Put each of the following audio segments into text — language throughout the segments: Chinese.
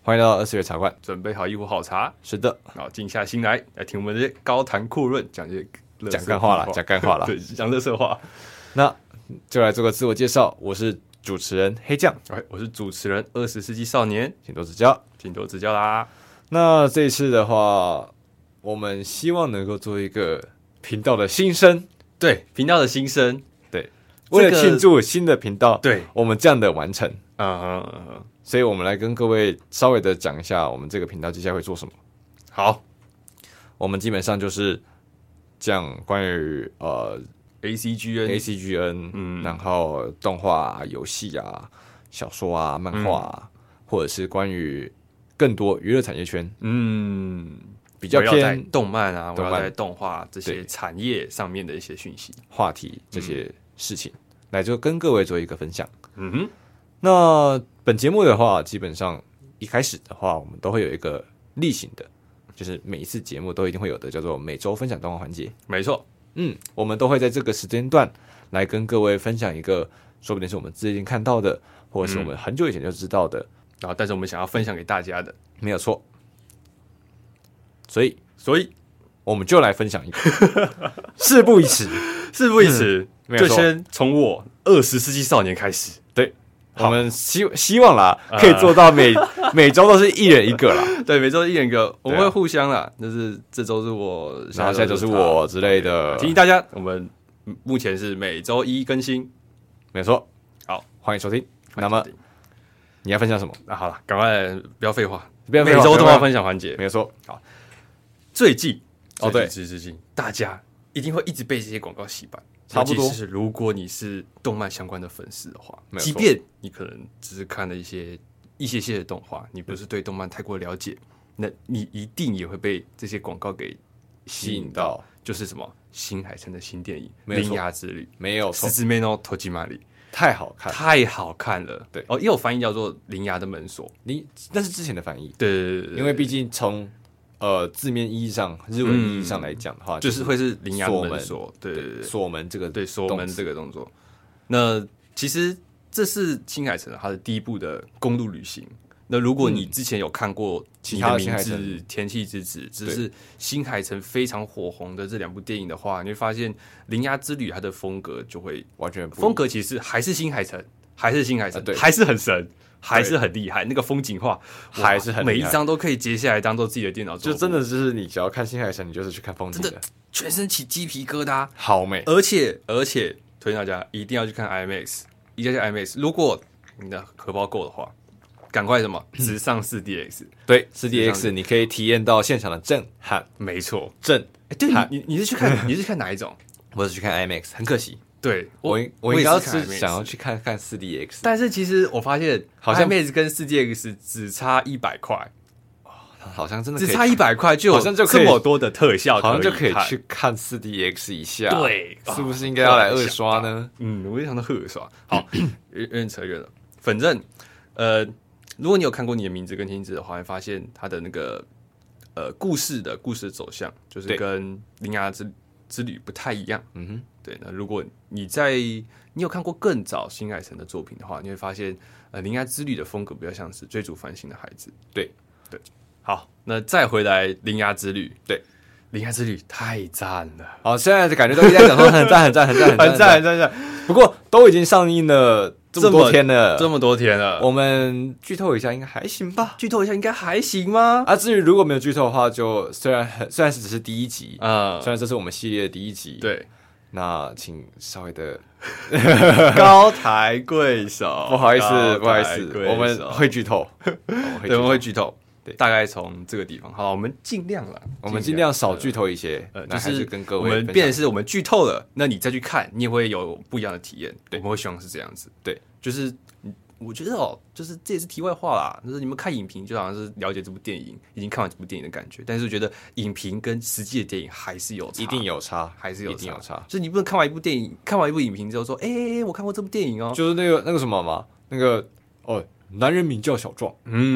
欢迎来到24月茶馆， 准备好一壶好茶， 是的， 好，静下心来听我们这些高谈阔论，讲这些讲干话啦，讲干话啦， 对，讲垃圾话。 那就来做个自我介绍，我是主持人黑酱， 我是主持人20世纪少年， 请多指教， 请多指教啦。 那这一次的话，我们希望能够做一个频道的新生， 对，频道的新生， 对，为了庆祝新的频道， 对， 我们这样的完成，所以我们来跟各位稍微的讲一下，我们这个频道接下来会做什么。 好， 我们基本上就是讲关于 ACGN， 然后动画、游戏啊、小说啊、漫画啊，或者是关于更多娱乐产业圈，比较偏动漫啊，我要在动画这些产业上面的一些讯息、 话题这些事情，来就跟各位做一个分享。那本节目的话，基本上一开始的话，我们都会有一个例行的，就是每一次节目都一定会有的，叫做每周分享动画环节。 没错， 我们都会在这个时间段来跟各位分享一个，说不定是我们最近看到的，或者是我们很久以前就知道的， 然后但是我们想要分享给大家的， 没有错。所以我们就来分享一个，事不宜迟， 就先从我20世纪少年开始。 对，我们希望啦，可以做到每周都是一人一个啦。 对，每周一人一个，我们会互相啦，就是这周是我， 然后下周是我之类的。 提醒大家，我们目前是每周一更新， 没错。 好， 欢迎收听。那么你要分享什么？ 好了，赶快不要废话， 每周动画分享环节， 没错。 好，最近对， 大家一定会一直被这些广告洗版。 差不多， 尤其是如果你是动漫相关的粉丝的话，即便你可能只是看了一些的动画，你不是对动漫太过了解，那你一定也会被这些广告给吸引到。就是什么新海诚的新电影《铃芽之旅》， 没有错， 十字妹の戸締まり， 太好看了。 对也有翻译叫做《铃芽的门锁》， 那是之前的翻译。 对， 因为毕竟从字面意义上，日文意义上来讲的话， 就是会是铃芽的门锁，对， 锁门这个对锁门这个动作。那其实这是新海诚他的第一部的公路旅行。那如果你之前有看过其他的你的名字《天气之子》，只是新海诚非常火红的这两部电影的话，你会发现《铃芽之旅》它的风格就会完全不一样， 风格其实还是新海诚，对，还是很神。还是很厉害，那个风景画还是很厉害， 每一张都可以截下来当做自己的电脑作， 就真的就是你只要看新海诚，你就是去看风景的， 真的全身起鸡皮疙瘩， 好美。 而且推荐大家一定要去看 IMAX， 一定要去 IMAX。如果你的荷包够的话，赶快直上 4DX， 对 4DX 你可以体验到现场的震撼， 没错， 震撼。 你是去看哪一种？ 我是去看 IMAX， 很可惜。 对， 我应该是想要去看 4DX， 但是其实我发现好像 IMAX 跟 4DX 只差100块， 好像真的只差100块就有这么多的特效， 好像就可以去看 4DX 一下。 对， 是不是应该要来二刷呢？ 我也想到二刷。好，有点扯远了。反正如果你有看过你的名字跟天气的话，会发现它的那个故事的走向就是跟铃芽之旅不太一样。对。那如果你有看过更早新海诚的作品的话，你会发现铃芽之旅的风格比较像是追逐繁星的孩子。对。好，那再回来铃芽之旅，对，铃芽之旅太赞了。 好，现在的感觉都一直在讲说很赞。不过都已经上映了这么多天了，我们剧透一下应该还行吧？ 剧透一下应该还行吗？ 至于如果没有剧透的话，就虽然是只是第一集虽然这是我们系列的第一集， 对， 那请稍微的高抬贵手， 不好意思，我们会剧透， 对，我们会剧透。对，大概从这个地方，好，我们尽量少剧透一些，就是跟各位我们变成是我们剧透了，那你再去看，你也会有不一样的体验。对，我们会希望是这样子。对，就是我觉得就是这也是题外话啦，就是你们看影评就好像是了解这部电影，已经看完这部电影的感觉，但是我觉得影评跟实际的电影还是有差， 一定有差， 一定有差。就是你不能看完一部电影，看完一部影评之后说，我看过这部电影哦， 就是那个什么嘛，那个男人名叫小壮，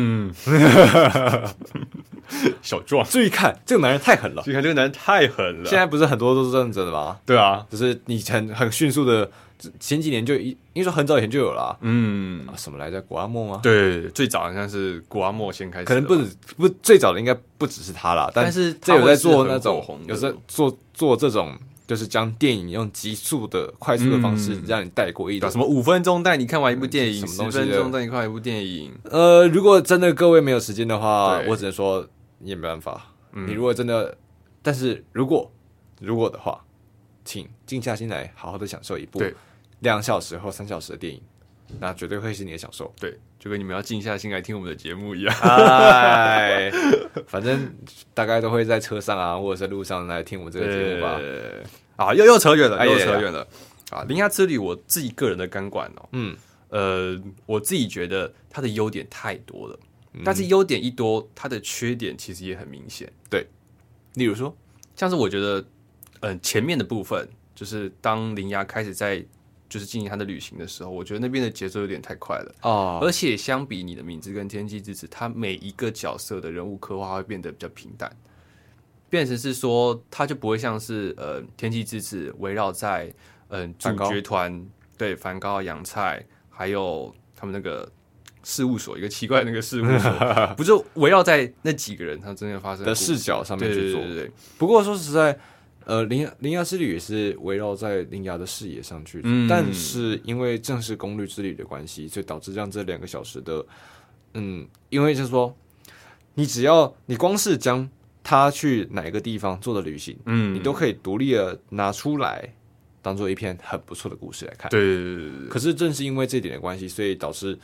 小壮， 注意看，这个男人太狠了， 注意看这个男人太狠了。 现在不是很多都是这样子的吗？ 对啊， 就是你很迅速的前几年就应该说很早以前就有了、什么来着？古阿莫吗？ 对，最早好像是古阿莫先开始， 可能不最早的应该不只是他啦，但是这有在做那种有在做这种。就是将电影用急速的、快速的方式让你带过一种什么5分钟带你看完一部电影，10分钟带你看完一部电影。 如果真的各位没有时间的话，我只能说你也没办法。你如果真的，但是如果的话，请静下心来，好好的享受一部2小时或3小时的电影，那绝对会是你的享受。 对，就跟你们要静下心来听我们的节目一样。 哎，反正大概都会在车上啊，或者是路上来听我们这个节目吧。 又扯远了，又扯远了。《铃芽之旅》我自己个人的感官我自己觉得它的优点太多了，但是优点一多，它的缺点其实也很明显。 对，例如说， 像是我觉得，前面的部分就是当铃芽开始在就是进行他的旅行的时候，我觉得那边的节奏有点太快了而且相比你的名字跟天气之子，它每一个角色的人物刻画会变得比较平淡，变成是说它就不会像是天气之子围绕在主角团对梵高、洋菜，还有他们那个事务所一个奇怪的那个事务所，不就围绕在那几个人他真的发生的视角上面去做。 对。 不过说实在。铃芽之旅也是围绕在铃芽的视野上去，但是因为正是公路之旅的关系，所以导致让这2个小时的，因为就是说，你光是将他去哪个地方做的旅行，你都可以独立的拿出来当做一篇很不错的故事来看。 对。 可是正是因为这点的关系，所以导致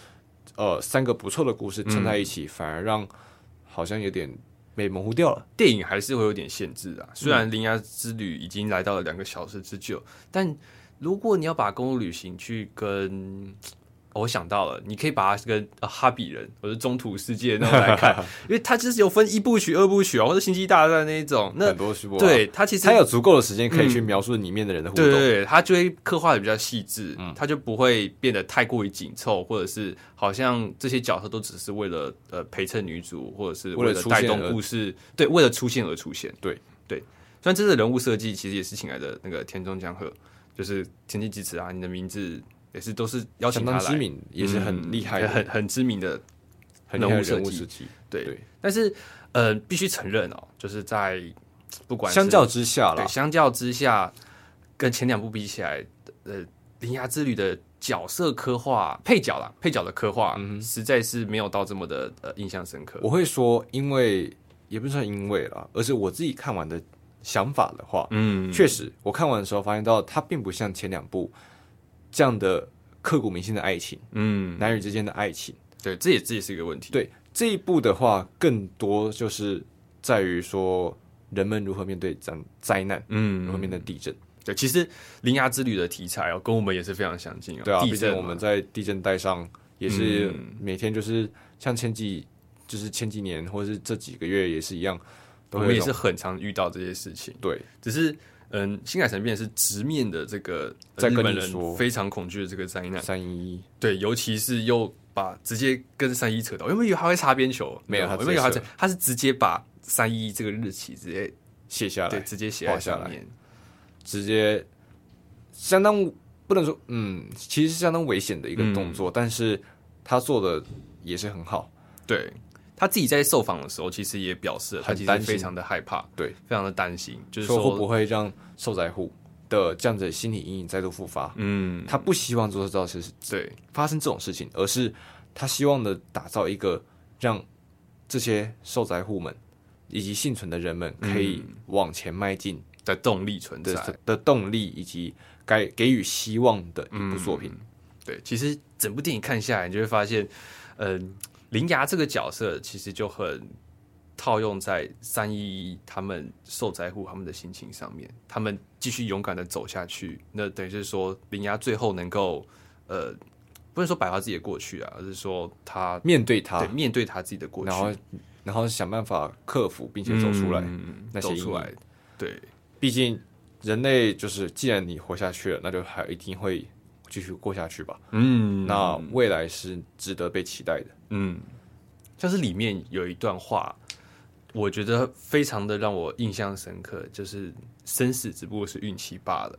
3个不错的故事撑在一起，反而让好像有点。被模糊掉了， 电影还是会有点限制啊。虽然《铃芽之旅》已经来到了2个小时之久，但如果你要把公路旅行去跟，我想到了，你可以把它跟哈比人或者中土世界那种来看，因为它就是有分1部曲、2部曲啊，或者星际大战那一种，那很多部对它其实它有足够的时间可以去描述里面的人的互动， 对，它就会刻画的比较细致，它就不会变得太过于紧凑，或者是好像这些角色都只是为了陪衬女主，或者是为了带动故事，对，为了出现而出现，对。虽然这次的人物设计其实也是请来的那个田中江鹤，就是天气之子啊，你的名字。也是都是邀请他来， 相当知名，也是很厉害的， 很知名的人物设计。对，但是必须承认就是在不管相较之下啦， 对，相较之下，跟前2部比起来，铃芽之旅的角色刻画、配角的刻画，实在是没有到这么的印象深刻。 我会说，因为也不是说因为啦，而是我自己看完的想法的话，确实，我看完的时候发现到，它并不像前2部。这样的刻骨铭心的爱情，男女之间的爱情， 对，这也是一个问题。 对这一部的话，更多就是在于说人们如何面对灾难，如何面对地震。 对，其实《铃芽之旅》的题材跟我们也是非常相近对啊， 地震我们在地震带上也是每天就是像前几年或者是这几个月也是一样， 我们也是很常遇到这些事情。 对， 只是。新海诚便是直面的这个日本人非常恐惧的这个灾难 311， 对，尤其是又把直接跟311扯到，有没有他会擦边球？ 没有， 他是直接把311这个日期直接写下来， 对，直接写在上面， 直接相当不能说，其实是相当危险的一个动作，但是他做的也是很好， 对。他自己在受访的时候，其实也表示了他其实非常的害怕， 对， 非常的担心，就是说会不会让受灾户的这样子的心理阴影再度复发？他不希望做到是对发生这种事情，而是他希望的打造一个让这些受灾户们以及幸存的人们可以往前迈进的动力存在的动力，以及该给予希望的一部作品。 对，其实整部电影看下来，你就会发现，铃芽这个角色其实就很套用在311他们受灾户他们的心情上面，他们继续勇敢的走下去，那等于是说铃芽最后能够不能说摆脱自己的过去啊，而是说他面对他自己的过去， 然后想办法克服并且走出来，那些走出来。对， 毕竟人类就是既然你活下去了，那就还一定会继续过下去吧。那未来是值得被期待的。 像是里面有一段话，我觉得非常的让我印象深刻，就是生死只不过是运气罢了。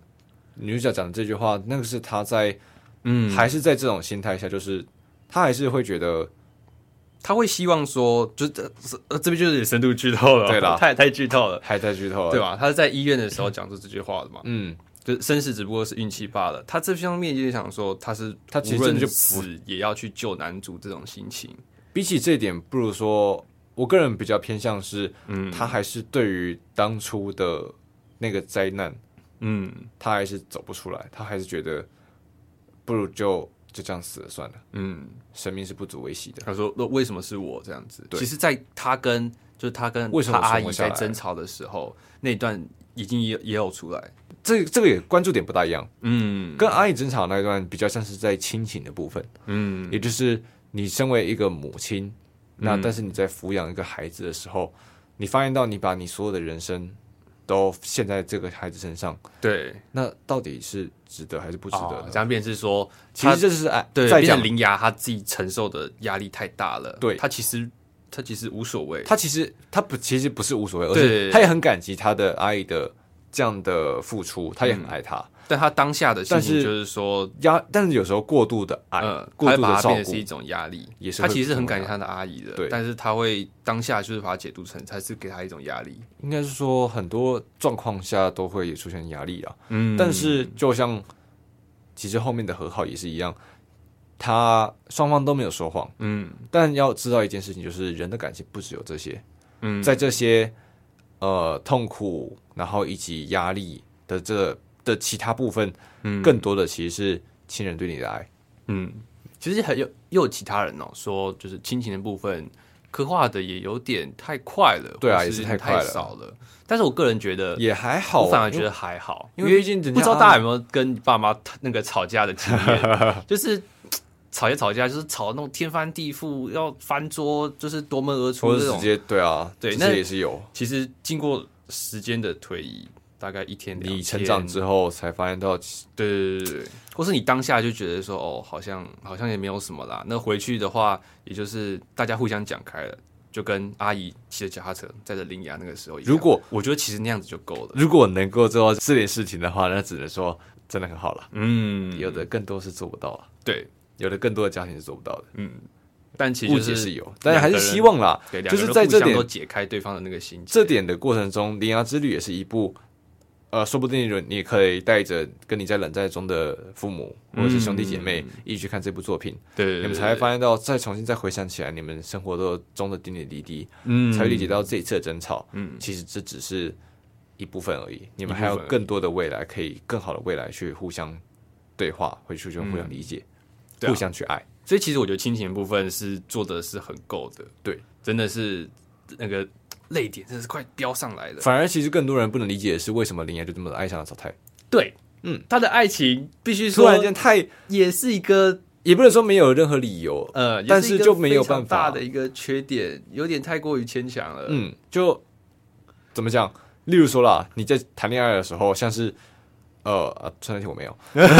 女主角讲的这句话，那个是她在还是在这种心态下，就是她还是会觉得。 他会希望说，就是这边就是深度剧透了， 对啦， 太剧透了， 太剧透了， 对吧？他是在医院的时候讲出这句话的嘛，就生死只不过是运气罢了。他这方面就是想说，他其实真的就死也要去救男主这种心情。 比起这一点，不如说，我个人比较偏向是，他还是对于当初的那个灾难，他还是走不出来，他还是觉得不如就这样死了算了。生命是不足为惜的。 他说：“为什么是我这样子？”其实，在他跟他阿姨在争吵的时候，那一段已经也有出来。 这个也关注点不大一样。跟阿姨争吵那一段比较像是在亲情的部分。也就是你身为一个母亲，那但是你在抚养一个孩子的时候，你发现到你把你所有的人生都陷在这个孩子身上， 对， 那到底是值得还是不值得的？ 这样变成是说， 其实这是对，变成铃芽他自己承受的压力太大了。 对， 他其实无所谓， 他其实不是无所谓，而是他也很感激他的阿姨的这样的付出，他也很爱他。 但他当下的心情就是说但是有时候过度的爱，过度的照顾， 他把它变成是一种压力。 也是他其实很感谢他的阿姨的， 对， 但是他会当下就是把它解读成，才是给他一种压力。 应该是说很多状况下都会出现压力啊。但是就像其实后面的和好也是一样，他双方都没有说谎。但要知道一件事情，就是人的感情不只有这些。在这些痛苦，然后以及压力的其他部分，更多的其实是亲人对你的爱。 其实又有其他人说，就是亲情的部分刻画的也有点太快了， 对啊，也是太快了， 太少了。但是我个人觉得也还好， 我反而觉得还好， 因为毕竟不知道大家有没有跟爸妈那个吵架的经验，就是吵架，就是吵那种天翻地覆，要翻桌，就是夺门而出这种， 直接对啊，对，那也是有。 其实经过时间的推移，大概1天2天， 你成长之后才发现到， 对，或是你当下就觉得说，好像也没有什么啦。那回去的话，也就是大家互相讲开了，就跟阿姨骑着脚踏车载着铃芽那个时候一样。 如果我觉得其实那样子就够了。 如果能够做到这点事情的话，那只能说真的很好了。有的更多是做不到了。 对， 有的更多的家庭是做不到的。 但其实误解是有，但还是希望啦，就是在这点都解开对方的那个心结。 这点的过程中，《铃芽之旅》也是一部。说不定你也可以带着跟你在冷战中的父母或者是兄弟姐妹一起去看这部作品， 对， 你们才会发现到，重新回想起来你们生活中的点点滴滴，才会理解到这一次的争吵，其实这只是一部分而已，你们还有更多的未来，可以更好的未来去互相对话，互相理解，互相去爱。 所以其实我觉得亲情的部分是做的是很够的， 对， 真的是那个。泪点真的是快飙上来了， 反而其实更多人不能理解的是，为什么铃芽就这么爱上了草太？ 对，他的爱情必须说突然间也是一个， 也不能说没有任何理由，但是就没有办法， 大的一个缺点，有点太过于牵强了。 就怎么讲？例如说啦，你在谈恋爱的时候，像是春那天我没有。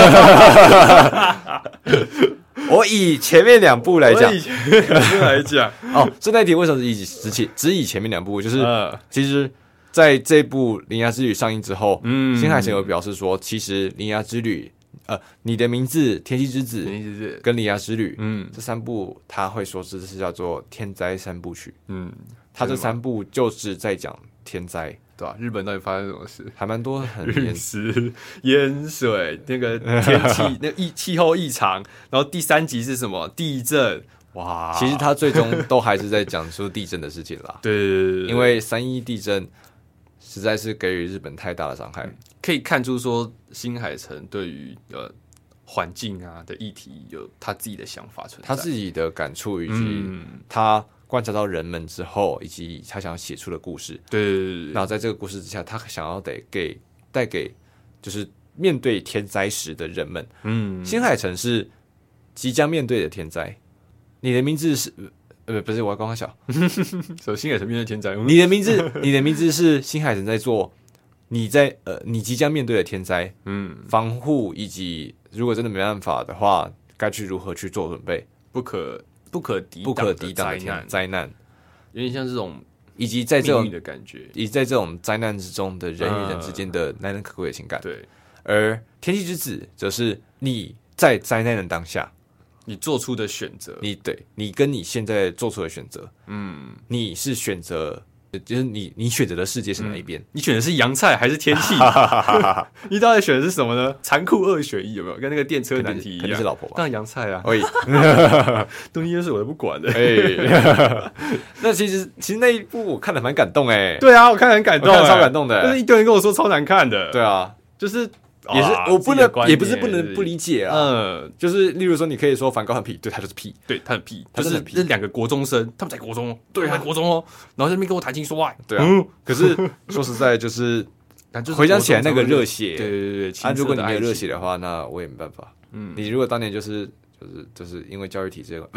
我以前面2部来讲，顺带提为什么只以前面2部？就是其实在这部《铃芽之旅》上映之后，新海诚有表示说，其实《铃芽之旅》你的名字、天气之子跟《铃芽之旅》这3部，他会说这是叫做天灾3部曲。他这3部就是在讲天灾。 对吧？日本到底发生什么事？ 还蛮多，很陨石、淹水，那个天气、那气候异常，然后第3集是什么？地震。哇！ 其实他最终都还是在讲述地震的事情啦。 对， 因为3.1地震实在是给予日本太大的伤害。 可以看出说，新海诚对于环境啊的议题有他自己的想法存在， 他自己的感触以及他观察到人们之后，以及他想要写出的故事。 对。 然后在这个故事之下，他想要带给就是面对天灾时的人们。新海诚是即将面对的天灾。你的名字是不是？我要刚刚小。 新海诚面对天灾。 你的名字是新海诚在做。你即将面对的天灾，防护以及如果真的没办法的话，该去如何去做准备？ 不可抵挡的灾难， 有点像这种， 以及在这种的感觉， 以及在这种灾难之中的人与人之间的难能可贵的情感。 对， 而天气之子则是你在灾难的当下你做出的选择， 你跟你现在做出的选择，你是选择，就是你选择的世界是哪一边？ 你选的是洋菜还是天气？你到底选的是什么呢？残酷2选1有没有？跟那个电车难题一样， 肯定是老婆吧？ 当然洋菜啊，东西就是我都不管的。 那其实那一部我看得蛮感动对啊，我看得很感动， 超感动的。 但是一堆人跟我说超难看的。 对啊， 就是也是我不能，也不是不能不理解啊。就是例如说，你可以说梵高很屁，对他就是屁， 对他很屁，就是这2个国中生，他们在国中， 对啊， 在国中哦，然后在那边跟我谈情说爱， 对啊。可是说实在，就是回想起来那个热血， 对， 如果你没有热血的话，那我也没办法。你如果当年就是因为教育体制，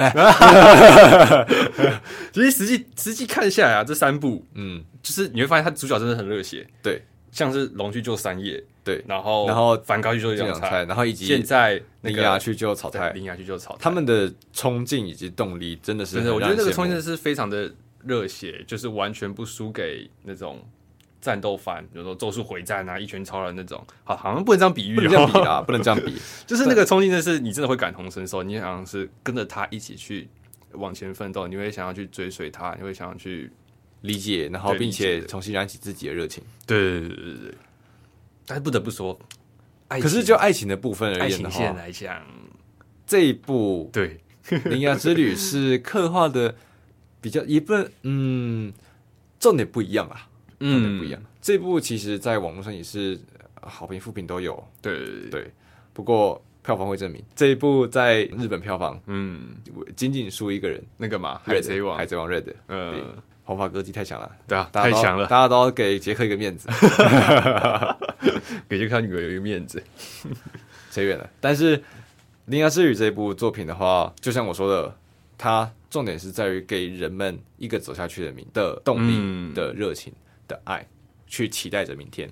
其实实际看下来啊，这3部，就是你会发现他主角真的很热血， 对， 像是龙去救三叶， 对， 然后梵高去救洋菜， 然后以及现在林芽去救草太， 他们的冲劲以及动力真的是真的，我觉得那个冲劲是非常的热血，就是完全不输给那种战斗番，比如说《咒术回战》啊，《一拳超人》那种，好像不能这样比喻， 不能这样比啦，不能这样比， 就是那个冲劲的是你真的会感同身受，你好像是跟着他一起去往前奋斗，你会想要去追随他，你会想要去理解，然后并且重新燃起自己的热情。 对。但是不得不说， 可是就爱情的部分而言的话， 爱情线来讲， 这一部对 《铃芽之旅》是刻画的比较也不能，重点不一样啊，重点不一样。这部其实在网络上也是好评、负评都有，对。不过票房会证明，这一部在日本票房，仅仅输一个人， 那个嘛，海贼王 Red，红发歌姬太强了， 对啊，太强了， 大家都要给杰克一个面子， 给杰克女儿有一个面子， 扯远了。但是《铃芽之旅》这部作品的话，就像我说的，它重点是在于给人们一个走下去的动力、的热情、的爱，去期待着明天。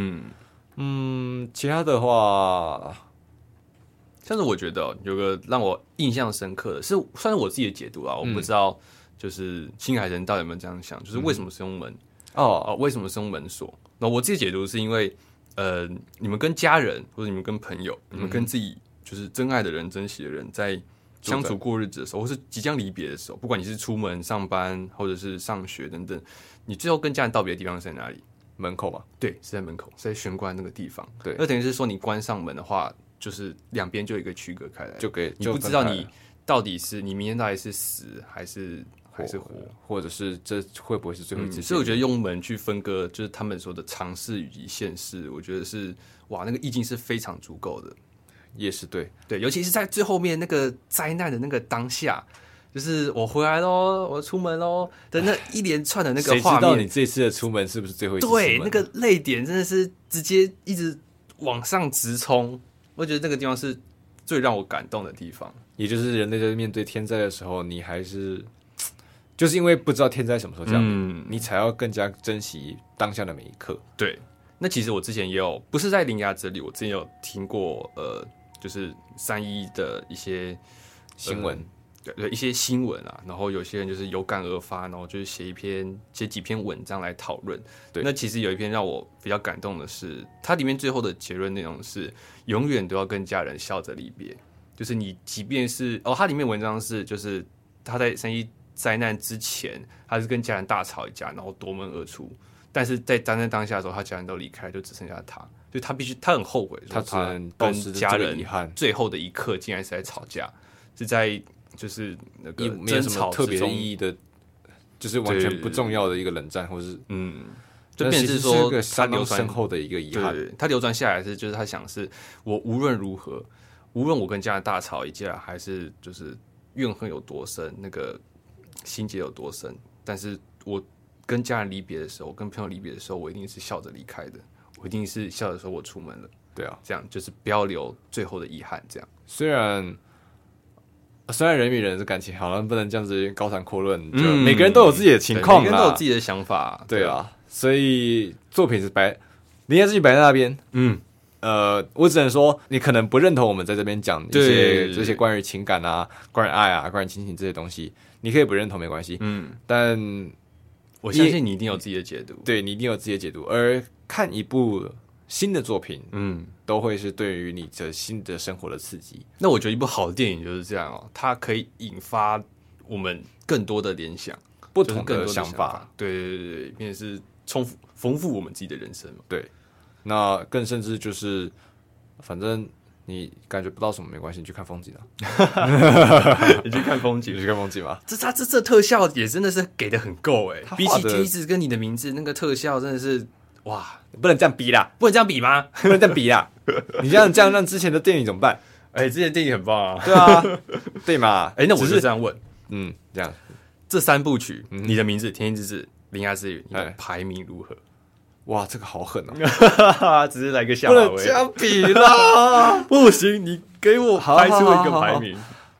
其他的话， 像是我觉得有个让我印象深刻的是，算是我自己的解读啊，我不知道。就是新海诚到底有没有这样想？就是为什么是用门？为什么是用门锁？那我自己解读是因为，你们跟家人或者你们跟朋友，你们跟自己就是真爱的人、珍惜的人，在相处过日子的时候，或是即将离别的时候，不管你是出门上班或者是上学等等，你最后跟家人道别的地方是在哪里？ 门口嘛？ 对，是在门口，是在玄关那个地方。 对， 那等于是说你关上门的话，就是两边就有一个区隔开来， 你不知道你到底是你明天到底是死还是活， 或者是这会不会是最后一次？ 所以我觉得用门去分割，就是他们说的尝试以及现世，我觉得是那个意境是非常足够的。 也是对， 尤其是在最后面那个灾难的那个当下，就是我回来咯，我出门咯的那一连串的那个画面，谁知道你这次的出门是不是最后一次？ 对，那个泪点真的是直接一直往上直冲，我觉得那个地方是最让我感动的地方。 也就是人类在面对天灾的时候，你还是。就是因为不知道天灾什么时候降临，你才要更加珍惜当下的每一刻。 对，那其实我之前也有，不是在铃芽之旅，我之前有听过，就是311的一些新闻， 对一些新闻啊，然后有些人就是有感而发，然后就是写几篇文章来讨论。对，那其实有一篇让我比较感动的是，它里面最后的结论内容是，永远都要跟家人笑着离别。就是你即便是它里面文章是就是他在311灾难之前，他是跟家人大吵一架，然后夺门而出。但是在灾难当下的时候，他家人都离开，就只剩下他，所以他很后悔， 他跟家人最后的一刻竟然是在吵架，是在就是那个没有什么特别意义的，就是完全不重要的一个冷战，或是就变成是说个相当深厚的一个遗憾。 他流传下来是，就是他想是我无论如何，无论我跟家人大吵一架，还是就是怨恨有多深，那个心结有多深，但是我跟家人离别的时候，跟朋友离别的时候，我一定是笑着离开的，我一定是笑着说我出门了。 对啊， 这样就是不要留最后的遗憾。这样虽然人与人的感情好像不能这样子高谈阔论，就每个人都有自己的情况， 每个人都有自己的想法。 对啊，所以作品是铃芽之旅摆在那边。我只能说，你可能不认同我们在这边讲这些关于情感啊、关于爱啊、关于亲情这些东西，你可以不认同没关系。但我相信你一定有自己的解读。 对，你一定有自己的解读。而看一部新的作品，都会是对于你的新的生活的刺激。 那我觉得一部好的电影就是这样它可以引发我们更多的联想， 不同的想法， 对，并且是丰富我们自己的人生嘛。 对，那更甚至就是，反正你感觉不到什么没关系，你去看风景你去看风景， 你去看风景吧。 这特效也真的是给的很够比起贴纸跟你的名字那个特效真的是哇， 不能这样比啦， 不能这样比吗？ 不能这样比啦，你这样让之前的电影怎么办？ 之前的电影很棒啊， 对啊，对嘛？ 那我就这样问， 这样， 这3部曲，你的名字、天气之子、铃芽之旅，你的排名如何？ 哇，这个好狠只是来个下马威， 不能这样比啦， 不行，你给我排出一个排名。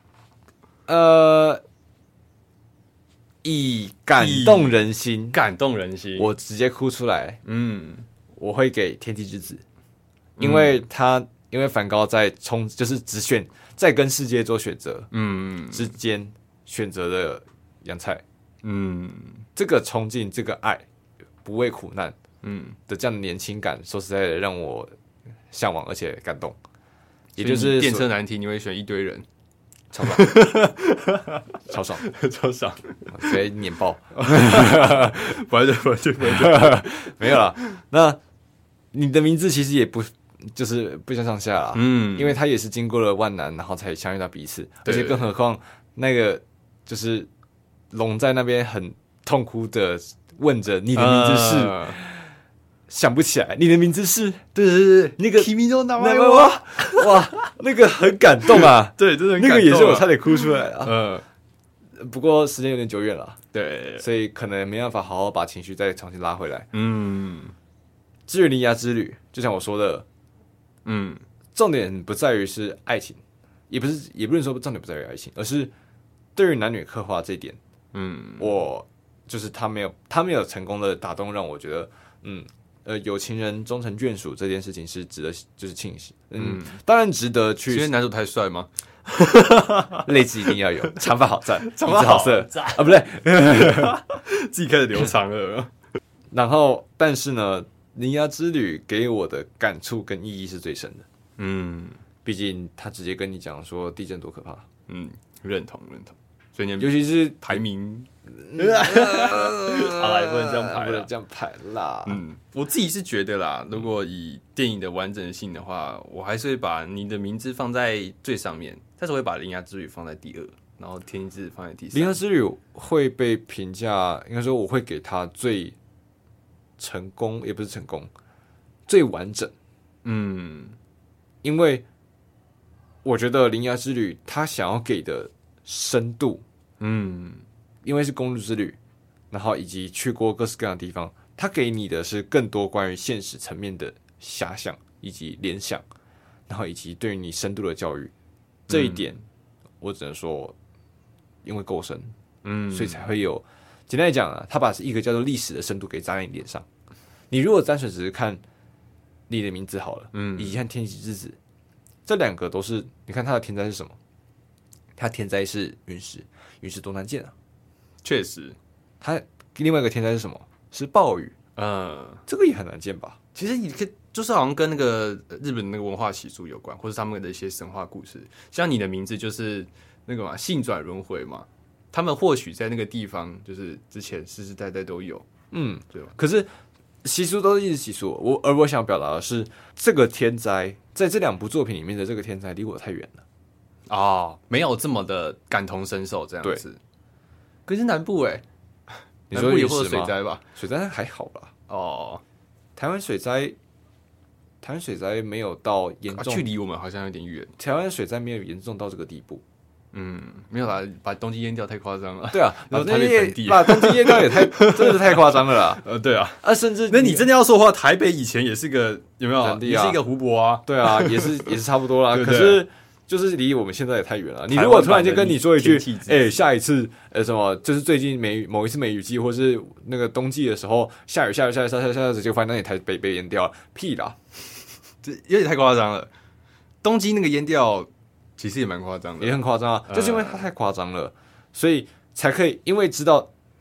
以感动人心，我直接哭出来。我会给天气之子，因为梵高在就是只选在跟世界做选择，之间选择的洋菜，这个冲劲，这个爱，不畏苦难。的这样的年轻感，说实在的，让我向往而且感动。也就是电车难题，你会选一堆人， 超爽， 超爽， 直接碾爆。 不然没有啦。那你的名字其实也不就是不相上下啦，因为他也是经过了万难，然后才相遇到彼此，而且更何况那个就是龙在那边很痛哭的问着你的名字是。想不起来，你的名字是？ 对， 那个 Kimi no namae 哇，那个很感动啊！ 对，真的很感动， 那个也是我差点哭出来啊。不过时间有点久远了， 对， 所以可能没办法好好把情绪再重新拉回来。至于铃芽之旅，就像我说的，重点不在于是爱情，也不能说重点不在于爱情，而是对于男女刻画这一点，我就是他没有成功的打动，让我觉得，有情人终成眷属这件事情是值得就是庆幸，当然值得去。 因为男主太帅吗？ 类似一定要有，长发好赞，鼻子好色啊，不对， 自己开始留长了。 然后，但是呢，铃芽之旅给我的感触跟意义是最深的。毕竟他直接跟你讲说地震多可怕。 认同。所以你尤其是排名。好啦，不能这样排啦。 我自己是觉得啦，如果以电影的完整性的话，我还是会把你的名字放在最上面，但是我会把铃芽之旅放在第2，然后天气之子放在第3。 铃芽之旅会被评价，应该说我会给他最成功，也不是成功，最完整。因为我觉得铃芽之旅他想要给的深度，因为是公路之旅，然后以及去过各式各样的地方，它给你的是更多关于现实层面的遐想以及联想，然后以及对于你深度的教育。这一点，我只能说，因为够深，所以才会有。简单来讲啊，他把一个叫做历史的深度给扎在你脸上。你如果单纯只是看你的名字好了，以及看天气之子，这2个都是，你看它的天灾是什么？它天灾是陨石多难见啊！ 确实， 它另外一个天灾是什么？是暴雨。这个也很难见吧？ 其实你可以就是好像跟那个日本那个文化习俗有关，或是他们的一些神话故事。像你的名字就是那个嘛，性转轮回嘛，他们或许在那个地方就是之前世世代代都有，对吧？ 可是习俗都是一直习俗，我想表达的是，这个天灾在这2部作品里面的这个天灾离我太远了。 没有这么的感同身受这样子。可是南部你说也会有水灾吧？ 水灾还好吧？台湾水灾没有到严重， 距离我们好像有点远。 台湾水灾没有严重到这个地步。 没有啦，把东京淹掉太夸张了。 对啊， 把台北盆地把东京淹掉也真的是太夸张了啦。 对啊， 甚至那你真的要说的话，台北以前也是个有没有？ 也是一个湖泊啊。 对啊，也是差不多啦。 对可是就是离我们现在也太远了。你如果突然间跟你说一句，下一次什么，就是最近某一次梅雨季，或是那个冬季的时候下雨，就发现那里台北被淹掉了，屁啦， 这有点太夸张了。东京那个淹掉，其实也蛮夸张的， 也很夸张啊，就是因为它太夸张了，所以才可以因为知道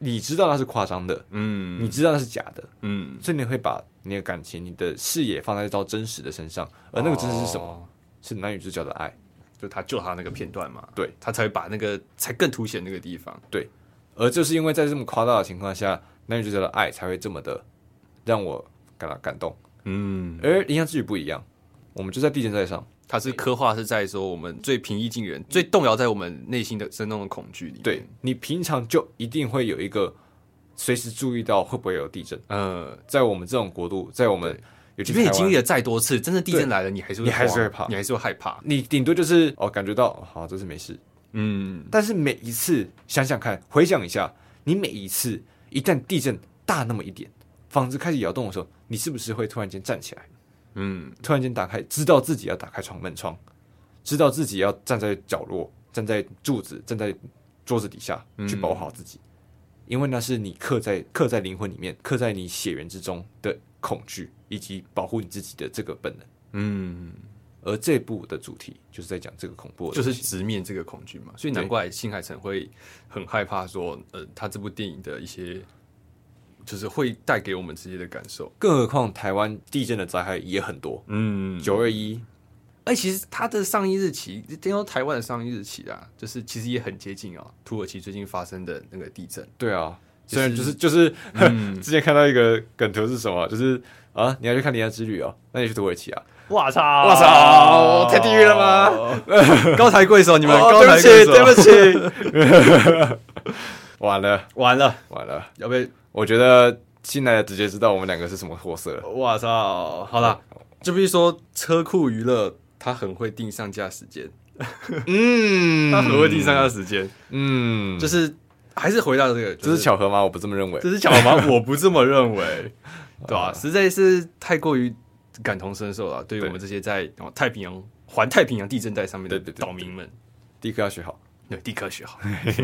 你知道那是夸张的，你知道那是假的，所以你会把你的感情、你的视野放在到真实的身上，而那个真实是什么？是男女主角的爱， 就他救他那个片段嘛， 对， 他才会把那个才更凸显那个地方， 对，而就是因为在这么夸大的情况下，男女主角的爱才会这么的让我感动，而《银阳之旅》不一样，我们就在地震在上。 它是刻画是在说我们最平易近人、最动摇在我们内心的生动的恐惧里面。 对，你平常就一定会有一个随时注意到会不会有地震。在我们这种国度，在我们即便你经历了再多次，真的地震来了，你还是会怕， 你还是会害怕。 你顶多就是感觉到好，这次没事。但是每一次想想看，回想一下，你每一次一旦地震大那么一点，房子开始摇动的时候，你是不是会突然间站起来？突然间打开，知道自己要打开门窗，知道自己要站在角落，站在柱子，站在桌子底下去保护好自己，因为那是你刻在灵魂里面，刻在你血缘之中的恐惧，以及保护你自己的这个本能。而这部的主题就是在讲这个恐怖的， 就是直面这个恐惧嘛，所以难怪新海诚会很害怕说，他这部电影的一些。就是会带给我们直接的感受， 更何况台湾地震的灾害也很多，921， 其实它的上映日期，听说台湾的上映日期啦，就是其实也很接近啊，土耳其最近发生的那个地震。 对啊，虽然就是之前看到一个梗图是什么，就是你要去看《离岸之旅》哦，那你去土耳其啊？ 哇操！ 太地狱了吗？ 高抬贵手，你们高抬贵手，对不起，完了，要被。我觉得新来的直接知道我们两个是什么货色了。 哇操！好了，就比如说车库娱乐，他很会定上架时间。他很会定上架时间。就是还是回到这个， 这是巧合吗？我不这么认为。 这是巧合吗？我不这么认为。对吧？实在是太过于感同身受了，对于我们这些在环太平洋地震带上面的岛民们， 地科要学好。 对，地科学好。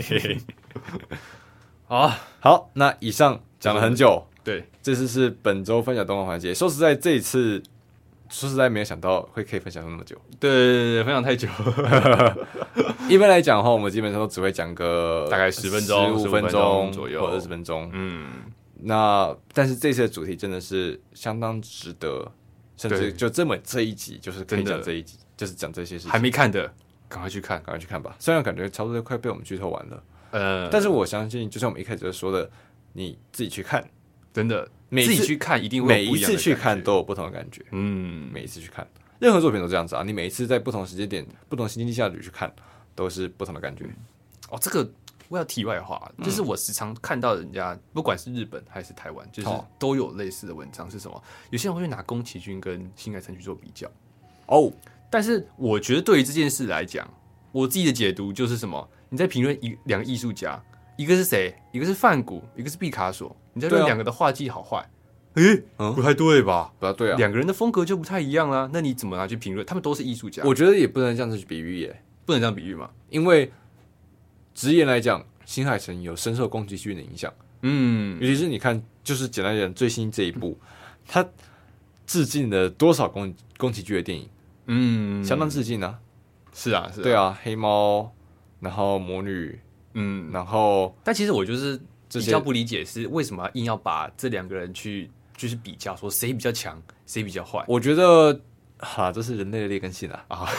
好，那以上讲了很久， 对， 这次是本周分享动画环节。说实在，这一次没有想到可以分享那么久， 对，分享太久。 一般来讲的话，我们基本上都只会讲个大概10分钟、 15分钟左右， 或20分钟。那但是这次的主题真的是相当值得，甚至就这一集就是可以讲这一集，就是讲这些事情。 还没看的，赶快去看吧。虽然感觉差不多快被我们剧透完了。但是我相信，就像我们一开始就说的，你自己去看， 真的，自己去看一定会每一次去看都有不同的感觉。每一次去看，任何作品都这样子啊。你每一次在不同时间点、不同心境下去看，都是不同的感觉。 这个我要题外话，就是我时常看到人家，不管是日本还是台湾，就是都有类似的文章是什么？有些人会拿宫崎骏跟新海诚去做比较。但是我觉得对于这件事来讲，我自己的解读就是什么？你在评论两个艺术家，一个是谁？一个是梵谷，一个是毕卡索。你在论两个的画技好坏？不太对吧？ 不太对啊， 两个人的风格就不太一样啦。那你怎么拿去评论？他们都是艺术家， 我觉得也不能这样子去比喻耶， 不能这样比喻嘛？ 因为直言来讲，新海诚有深受宫崎骏的影响。尤其是你看，就是简单讲最新这一部，他致敬了多少宫崎骏的电影？相当致敬啊。 是啊， 对啊，黑猫。然后魔女，然后， 但其实我就是比较不理解是为什么硬要把这两个人就是比较，说谁比较强，谁比较坏。 我觉得，这是人类的劣根性啊，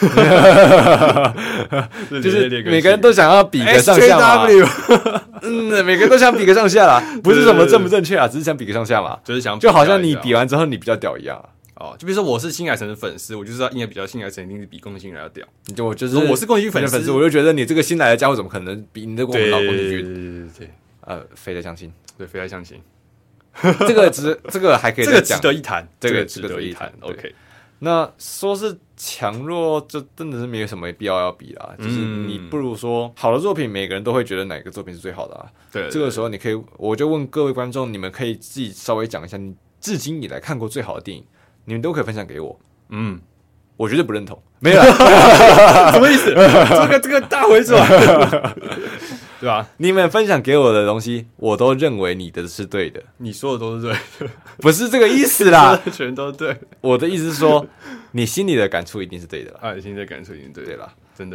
就是每个人都想要比个上下嘛，每个人都想比个上下啦，不是什么正不正确啊，只是想比个上下嘛，就好像你比完之后你比较屌一样啊。 就比如说我是新海诚的粉丝，我就知道应该比较新海诚一定是比宫崎骏要屌。 我就是我是宫崎骏粉丝， 我就觉得你这个新来的家伙怎么可能比你的宫崎骏？对， 非得相信， 对，非得相信。 这个还可以再讲， 这个值得一谈， 这个值得一谈。 OK， 那说是强弱，就真的是没有什么必要要比啦。就是你不如说好的作品，每个人都会觉得哪个作品是最好的啊。 对， 这个时候你可以，我就问各位观众，你们可以自己稍微讲一下，你至今以来看过最好的电影。你们都可以分享给我，我绝对不认同，没有什么意思？这个大回转，对吧？ 你们分享给我的东西，我都认为你的是对的， 你说的都是对的， 不是这个意思啦， 全都对。 我的意思是说，你心里的感触一定是对的啦， 你心里的感触一定对啦， 真的，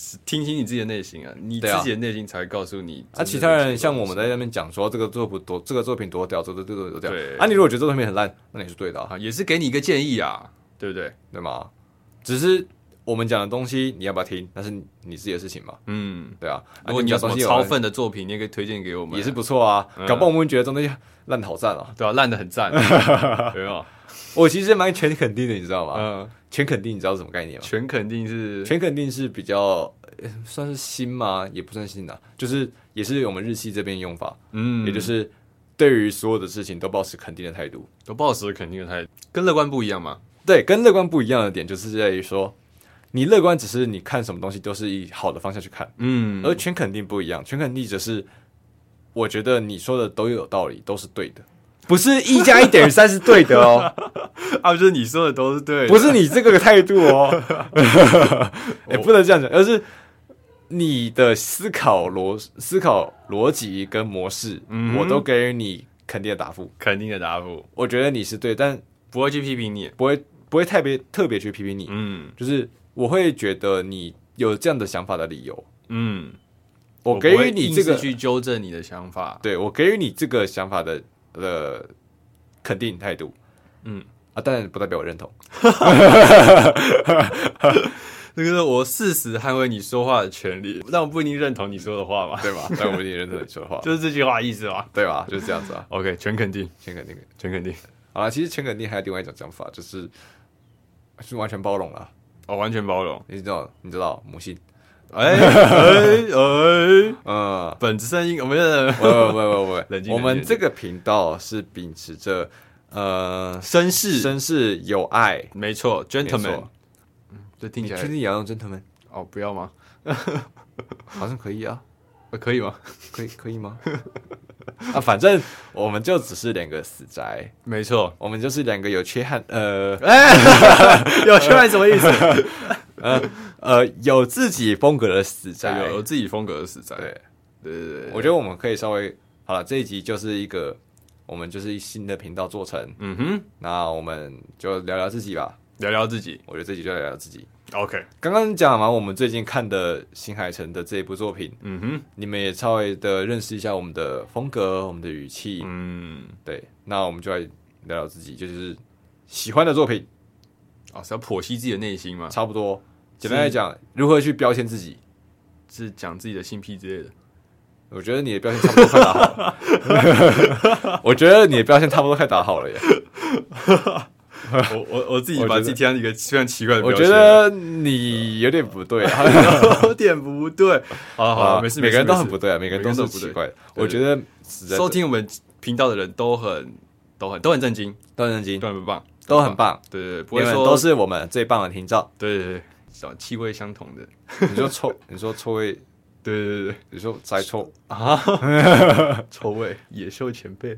听听你自己的内心啊，你自己的内心才会告诉你。 其他人像我们在那边讲说这个作品多屌，这个多屌。 对你如果觉得这作品很烂，那你是对的啊，也是给你一个建议啊，对不对？ 对吗？只是我们讲的东西你要不要听，那是你自己的事情嘛。对啊。 如果你有什么超分的作品，你也可以推荐给我们， 也是不错啊。搞不好我们会觉得这东西烂的好赞啊。 对啊，烂的很赞，有没有？ 我其实蛮全肯定的，你知道吗？全肯定你知道是什么概念吗？ 全肯定是比较算是新吗？也不算新啊，就是也是我们日系这边用法。也就是对于所有的事情都抱持肯定的态度，跟乐观不一样吗？对，跟乐观不一样的点就是在于说，你乐观只是你看什么东西都是以好的方向去看，而全肯定不一样，全肯定只是我觉得你说的都有道理，都是对的。不是1+1=3是对的哦， 就是你说的都是对的， 不是你这个态度哦，不能这样讲，而是你的思考逻辑跟模式，我都给予你肯定的答复，我觉得你是对，但不会去批评你， 不会特别去批评你，就是我会觉得你有这样的想法的理由，我给予你这个去纠正你的想法， 对，我给予你这个想法的肯定态度，但不代表我认同。 这个是我誓死捍卫你说话的权利，但我不一定认同你说的话嘛， 对吧？但我不一定认同你说的话， 就是这句话的意思嘛， 对吧？就是这样子啊。 OK， 全肯定。 好啦，其实全肯定还有另外一种讲法，就是完全包容啦。 完全包容。 你知道母性。 本质声音，不， 我们这个频道是秉持着绅士有爱， 没错 ，gentleman。这听起来确定也要用 gentleman？ 不要吗？ 好像可以啊， 可以吗？ 可以吗？反正我们就只是两个死宅， 没错， 我们就是两个有缺憾， 有缺憾什么意思？ 有自己风格的死宅， 有自己风格的死宅。 对，我觉得我们可以稍微好了，这一集就是我们就是新的频道做成，那我们就聊聊自己吧， 聊自己。 我觉得这集就聊聊自己。 OK， 刚刚讲完我们最近看的新海诚的这一部作品，你们也稍微的认识一下我们的风格、我们的语气，对，那我们就来聊聊自己，就是喜欢的作品。 是要剖析自己的内心吗？ 差不多，简单来讲，如何去标签自己， 是讲自己的性癖之类的。 我觉得你的标签差不多快打好了。我觉得你的标签差不多快打好了耶。 我自己把自己贴上一个非常奇怪的标签， 我觉得你有点不对， 有点不对。好，没事， 每个人都很不对啊，每个人都是奇怪的。我觉得收听我们频道的人都很震惊，都很棒， 都很棒。 对， 不会说都是我们最棒的听众。 对，气味相同的。 你说臭味， 对， 你说宅臭啊，臭味，野兽前辈。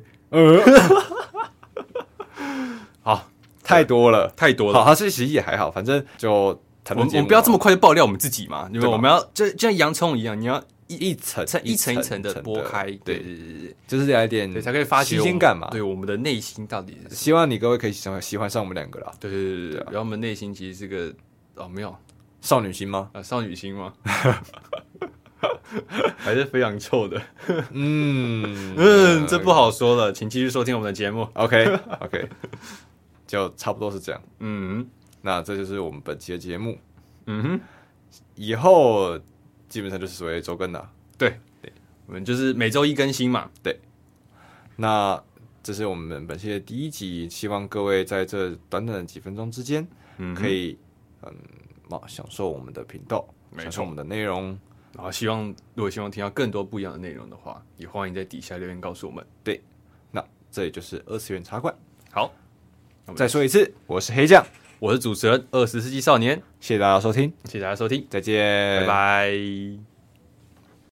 好， 太多了。好，这其实也还好，反正就谈论节目。 我们不要这么快就爆料我们自己嘛，因为我们要就像洋葱一样，你要一层一层的剥开，对， 就是有一点才可以发新鲜感嘛。 对，我们的内心到底是…… 希望你各位可以喜欢上我们两个啦。 对，然后我们内心其实是个没有少女心吗？ 少女心吗？还是非常臭的。这不好说了，请继续收听我们的节目。 OK， 就差不多是这样。那这就是我们本期的节目。以后基本上就是所谓周更啦。 对，我们就是每周一更新嘛。 对，那这是我们本期的第一集，希望各位在这短短的几分钟之间，可以享受我们的频道，享受我们的内容。 然后如果希望听到更多不一样的内容的话，也欢迎在底下留言告诉我们。 对，那这里就是二次元茶馆。 好， 再说一次，我是黑酱， 我是主持人20世纪少年， 谢谢大家收听， 谢谢大家收听， 再见， 拜拜。